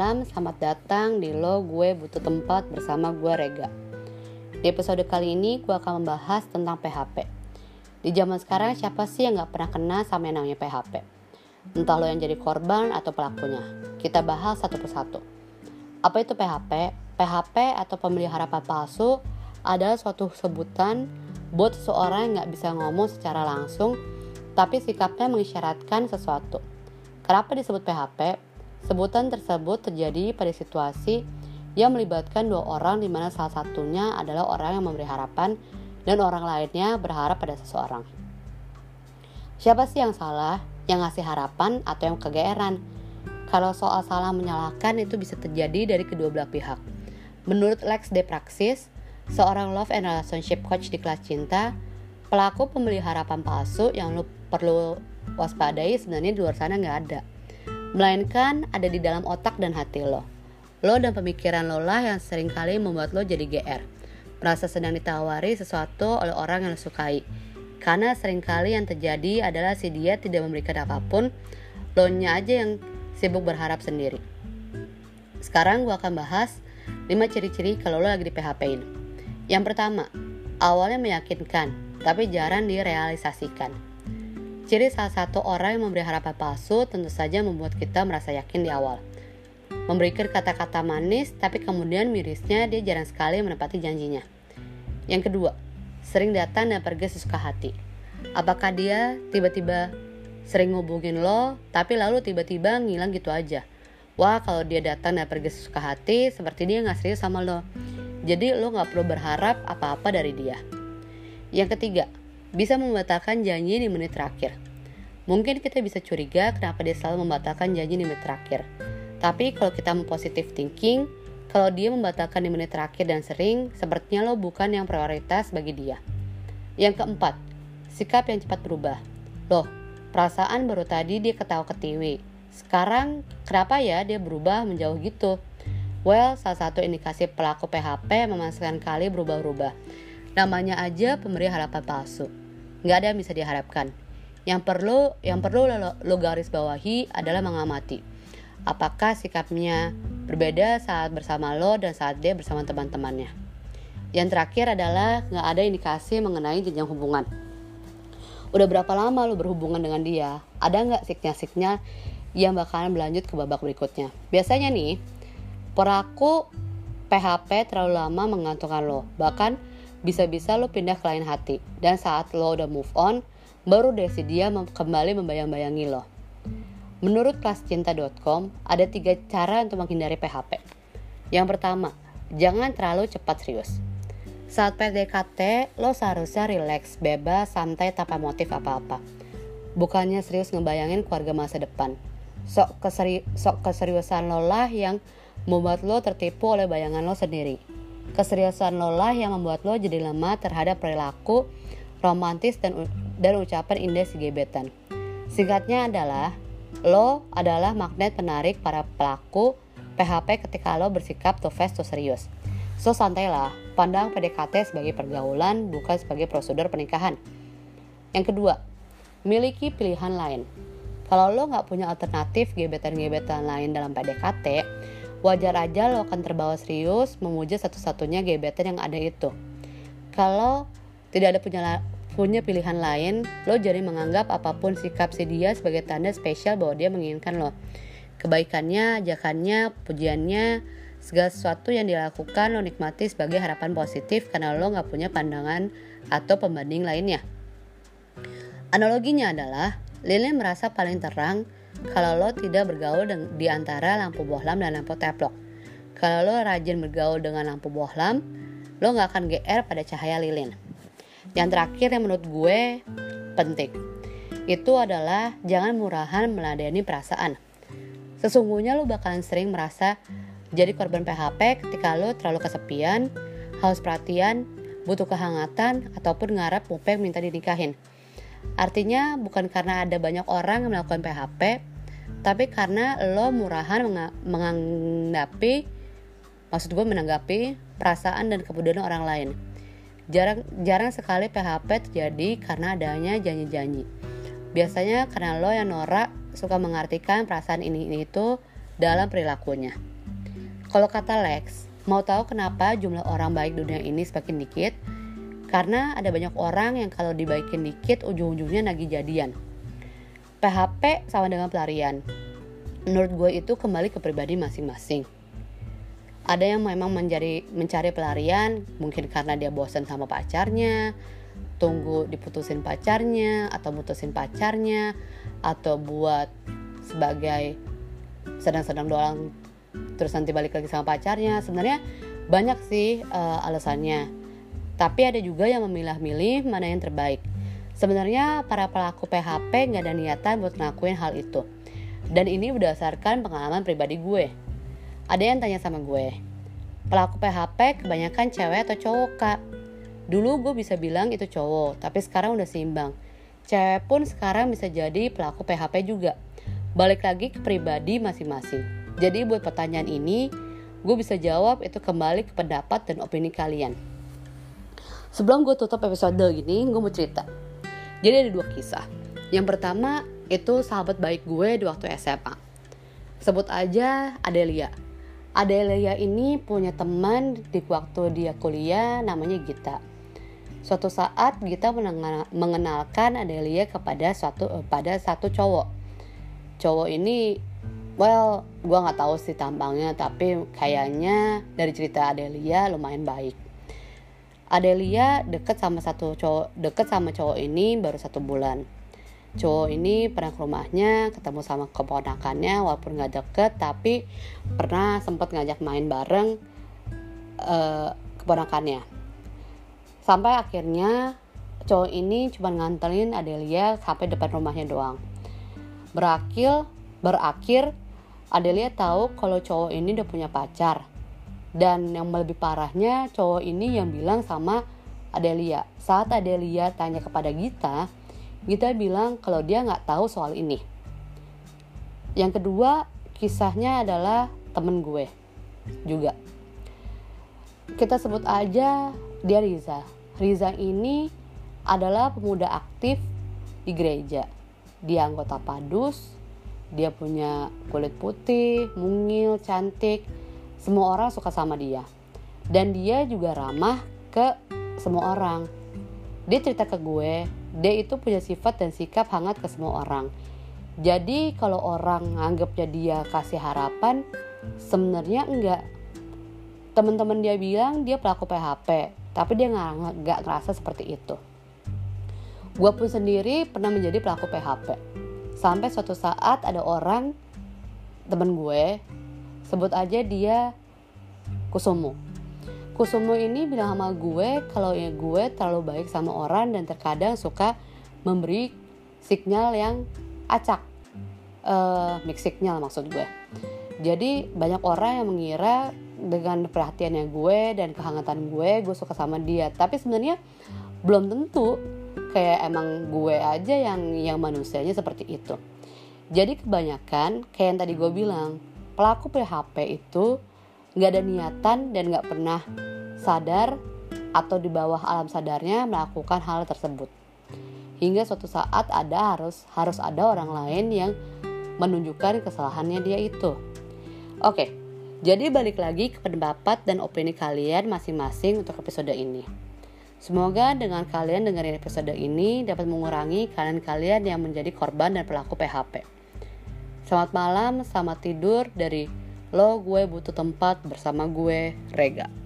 malam, selamat datang di Lo Gue Butuh Tempat bersama gue Rega. Di episode kali ini gue akan membahas tentang PHP. Di zaman sekarang siapa sih yang gak pernah kena sama yang namanya PHP? Entah lo yang jadi korban atau pelakunya. Kita bahas satu persatu. Apa itu PHP? PHP atau pemberi harapan palsu adalah suatu sebutan buat seseorang yang gak bisa ngomong secara langsung, tapi sikapnya mengisyaratkan sesuatu. Kenapa disebut PHP? Sebutan tersebut terjadi pada situasi yang melibatkan dua orang di mana salah satunya adalah orang yang memberi harapan dan orang lainnya berharap pada seseorang. Siapa sih yang salah? Yang ngasih harapan atau yang kegeeran? Kalau soal salah menyalahkan itu bisa terjadi dari kedua belah pihak. Menurut Lex de Praxis, seorang love and relationship coach di kelas cinta, pelaku pemberi harapan palsu yang lo perlu waspadai sebenarnya di luar sana nggak ada, melainkan ada di dalam otak dan hati lo. Lo dan pemikiran lo lah yang seringkali membuat lo jadi GR, merasa sedang ditawari sesuatu oleh orang yang lo sukai. Karena seringkali yang terjadi adalah si dia tidak memberikan apapun, lo nya aja yang sibuk berharap sendiri. Sekarang gue akan bahas 5 ciri-ciri kalau lo lagi di PHP-in. Yang pertama, awalnya meyakinkan, tapi jarang direalisasikan. Ciri salah satu orang yang memberi harapan palsu tentu saja membuat kita merasa yakin di awal. Memberikan kata-kata manis, tapi kemudian mirisnya dia jarang sekali menepati janjinya. Yang kedua, sering datang dan pergi sesuka hati. Apakah dia tiba-tiba sering ngubungin lo, tapi lalu tiba-tiba ngilang gitu aja? Wah, kalau dia datang dan pergi sesuka hati, seperti dia gak serius sama lo. Jadi lo gak perlu berharap apa-apa dari dia. Yang ketiga, bisa membatalkan janji di menit terakhir. Mungkin kita bisa curiga kenapa dia selalu membatalkan janji di menit terakhir. Tapi kalau kita mau positive thinking, kalau dia membatalkan di menit terakhir dan sering, sepertinya lo bukan yang prioritas bagi dia. Yang keempat, sikap yang cepat berubah. Loh, perasaan baru tadi dia ketawa-ketiwi. Sekarang kenapa ya dia berubah menjauh gitu? Well, salah satu indikasi pelaku PHP memang sekali berubah-ubah. Namanya aja pemberi harapan palsu. Nggak ada yang bisa diharapkan. Yang perlu lo garis bawahi adalah mengamati. Apakah sikapnya berbeda saat bersama lo dan saat dia bersama teman-temannya. Yang terakhir adalah nggak ada indikasi mengenai jenjang hubungan. Udah berapa lama lo berhubungan dengan dia? Ada nggak sinyal-sinyal yang bakalan berlanjut ke babak berikutnya? Biasanya nih, pelaku PHP terlalu lama menggantungkan lo. Bahkan bisa-bisa lo pindah ke lain hati. Dan saat lo udah move on, baru deh si dia kembali membayang-bayangi lo. Menurut kelascinta.com, ada 3 cara untuk menghindari PHP. Yang pertama, jangan terlalu cepat serius. Saat PDKT, lo seharusnya relax, bebas, santai tanpa motif apa-apa. Bukannya serius ngebayangin keluarga masa depan. Sok keseriusan lo lah yang membuat lo tertipu oleh bayangan lo sendiri. Keseriusan lo lah yang membuat lo jadi lemah terhadap perilaku romantis dan ucapan indah si gebetan. Singkatnya adalah, lo adalah magnet penarik para pelaku PHP ketika lo bersikap too fast, too serius. So santailah, pandang PDKT sebagai pergaulan, bukan sebagai prosedur pernikahan. Yang kedua, miliki pilihan lain. Kalau lo gak punya alternatif gebetan-gebetan lain dalam PDKT, wajar aja lo akan terbawa serius memuja satu-satunya gebetan yang ada itu. Kalau tidak ada punya pilihan lain, lo jadi menganggap apapun sikap si dia sebagai tanda spesial bahwa dia menginginkan lo. Kebaikannya, ajakannya, pujiannya, segala sesuatu yang dilakukan lo nikmati sebagai harapan positif karena lo gak punya pandangan atau pembanding lainnya. Analoginya adalah, lilin merasa paling terang kalau lo tidak bergaul di antara lampu bohlam dan lampu teplok. Kalau lo rajin bergaul dengan lampu bohlam, lo gak akan GR pada cahaya lilin. Yang terakhir yang menurut gue penting, itu adalah jangan murahan meladeni perasaan. Sesungguhnya lo bakalan sering merasa jadi korban PHP ketika lo terlalu kesepian, haus perhatian, butuh kehangatan, ataupun ngarap mupeng minta dinikahin. Artinya bukan karena ada banyak orang yang melakukan PHP, tapi karena lo murahan menanggapi perasaan dan kepedulian orang lain. Jarang sekali PHP terjadi karena adanya janji-janji. Biasanya karena lo yang norak suka mengartikan perasaan ini itu dalam perilakunya. Kalau kata Lex, mau tahu kenapa jumlah orang baik dunia ini semakin dikit? Karena ada banyak orang yang kalau dibaikin dikit ujung-ujungnya nagih jadian. PHP sama dengan pelarian. Menurut gue itu kembali ke pribadi masing-masing. Ada yang memang mencari pelarian mungkin karena dia bosan sama pacarnya, tunggu diputusin pacarnya atau mutusin pacarnya, atau buat sebagai sedang-sedang doang terus nanti balik lagi sama pacarnya. Sebenarnya banyak sih alasannya. Tapi ada juga yang memilah-milih mana yang terbaik. Sebenarnya para pelaku PHP gak ada niatan buat ngelakuin hal itu. Dan ini berdasarkan pengalaman pribadi gue. Ada yang tanya sama gue, pelaku PHP kebanyakan cewek atau cowok kak? Dulu gue bisa bilang itu cowok, tapi sekarang udah seimbang. Cewek pun sekarang bisa jadi pelaku PHP juga. Balik lagi ke pribadi masing-masing. Jadi buat pertanyaan ini, gue bisa jawab itu kembali ke pendapat dan opini kalian. Sebelum gue tutup episode ini, gue mau cerita. Jadi ada 2 kisah. Yang pertama itu sahabat baik gue di waktu SMA. Sebut aja Adelia. Adelia ini punya teman di waktu dia kuliah namanya Gita. Suatu saat Gita mengenalkan Adelia kepada satu cowok. Cowok ini, gue nggak tahu sih tampangnya, tapi kayaknya dari cerita Adelia lumayan baik. Adelia deket sama cowok ini baru 1 bulan. Cowok ini pernah ke rumahnya, ketemu sama keponakannya, walaupun nggak deket, tapi pernah sempat ngajak main bareng keponakannya. Sampai akhirnya cowok ini cuma nganterin Adelia sampai depan rumahnya doang. Berakhir Adelia tahu kalau cowok ini udah punya pacar. Dan yang lebih parahnya, cowok ini yang bilang sama Adelia. Saat Adelia tanya kepada Gita bilang kalau dia nggak tahu soal ini. Yang kedua, kisahnya adalah temen gue juga. Kita sebut aja dia Riza. Riza ini adalah pemuda aktif di gereja. Dia anggota Padus, dia punya kulit putih, mungil, cantik. Semua orang suka sama dia. Dan dia juga ramah ke semua orang. Dia cerita ke gue, dia itu punya sifat dan sikap hangat ke semua orang. Jadi kalau orang anggapnya dia kasih harapan, sebenarnya enggak. Teman-teman dia bilang dia pelaku PHP, tapi dia nggak ngerasa seperti itu. Gue pun sendiri pernah menjadi pelaku PHP. Sampai suatu saat ada orang, temen gue, sebut aja dia Kusumo. Kusumo ini bilang sama gue kalau ya gue terlalu baik sama orang dan terkadang suka memberi sinyal yang acak. Mix signal maksud gue. Jadi banyak orang yang mengira dengan perhatiannya gue dan kehangatan gue suka sama dia. Tapi sebenarnya belum tentu, kayak emang gue aja yang manusianya seperti itu. Jadi kebanyakan kayak yang tadi gue bilang, pelaku PHP itu gak ada niatan dan gak pernah sadar atau di bawah alam sadarnya melakukan hal tersebut. Hingga suatu saat harus ada orang lain yang menunjukkan kesalahannya dia itu. Oke, jadi balik lagi ke pendapat dan opini kalian masing-masing untuk episode ini. Semoga dengan kalian dengerin episode ini dapat mengurangi kalian yang menjadi korban dan pelaku PHP. Selamat malam, selamat tidur dari Lo Gue Butuh Tempat bersama gue, Rega.